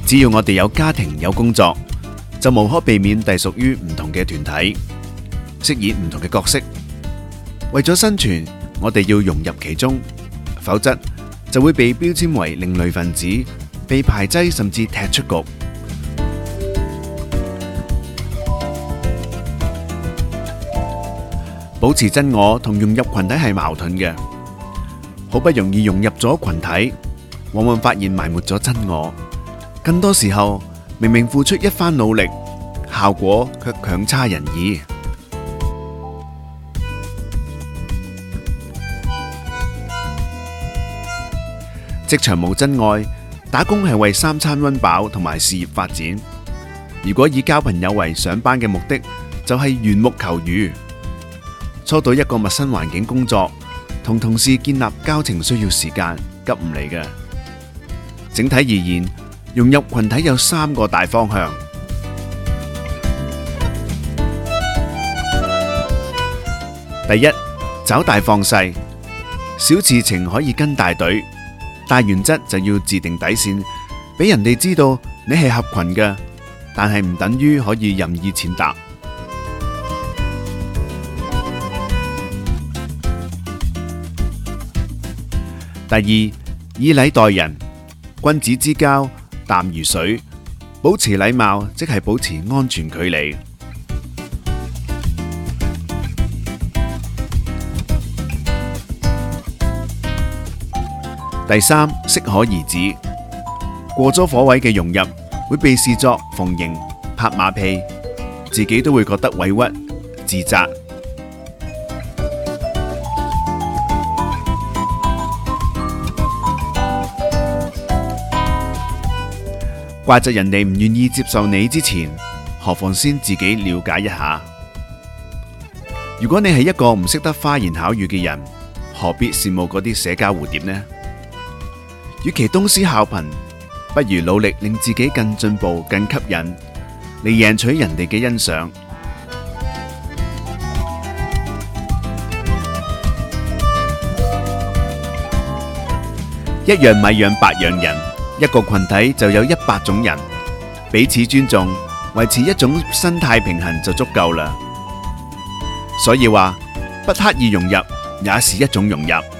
只要我哋有家庭有工作，就無可避免地屬於唔同嘅團體，飾演唔同嘅角色。為咗生存，我哋要融入其中，否則就會被標籤為另類分子，被排擠甚至踢出局。保持真我同融入群體係矛盾嘅，好不容易融入咗群體，往往發現埋沒咗真我。更多時候，明明付出一番努力，效果卻強差人意。職場冇真愛，打工係為三餐溫飽同埋事業發展。如果以交朋友為上班嘅目的，就係緣木求魚。初到一個陌生環境工作，同同事建立交情需要時間，急唔嚟嘅。整體而言，融入群體有3個大方向。第一，找大放細，小事情可以跟大隊，大原則就要自定底線，俾人哋知道你係合群嘅，但係唔等於可以任意踐踏。第二，以禮待人，君子之交淡如水，保持禮貌即係保持安全距離。第三，適可而止，過咗火位嘅融入會被視作逢迎拍馬屁，自己都會覺得委屈自責。怪責人哋唔願意接受你之前，何況先自己了解一下。如果你係一個唔識得花言巧語嘅人，何必羨慕嗰啲社交蝴蝶呢？與其東施效顰，不如努力令自己更進步、更吸引，嚟贏取人哋嘅欣賞。一樣米養百樣人，一個群體就有100種人，彼此尊重，維持一種生態平衡就足夠啦。所以話，不刻意融入，也是一種融入。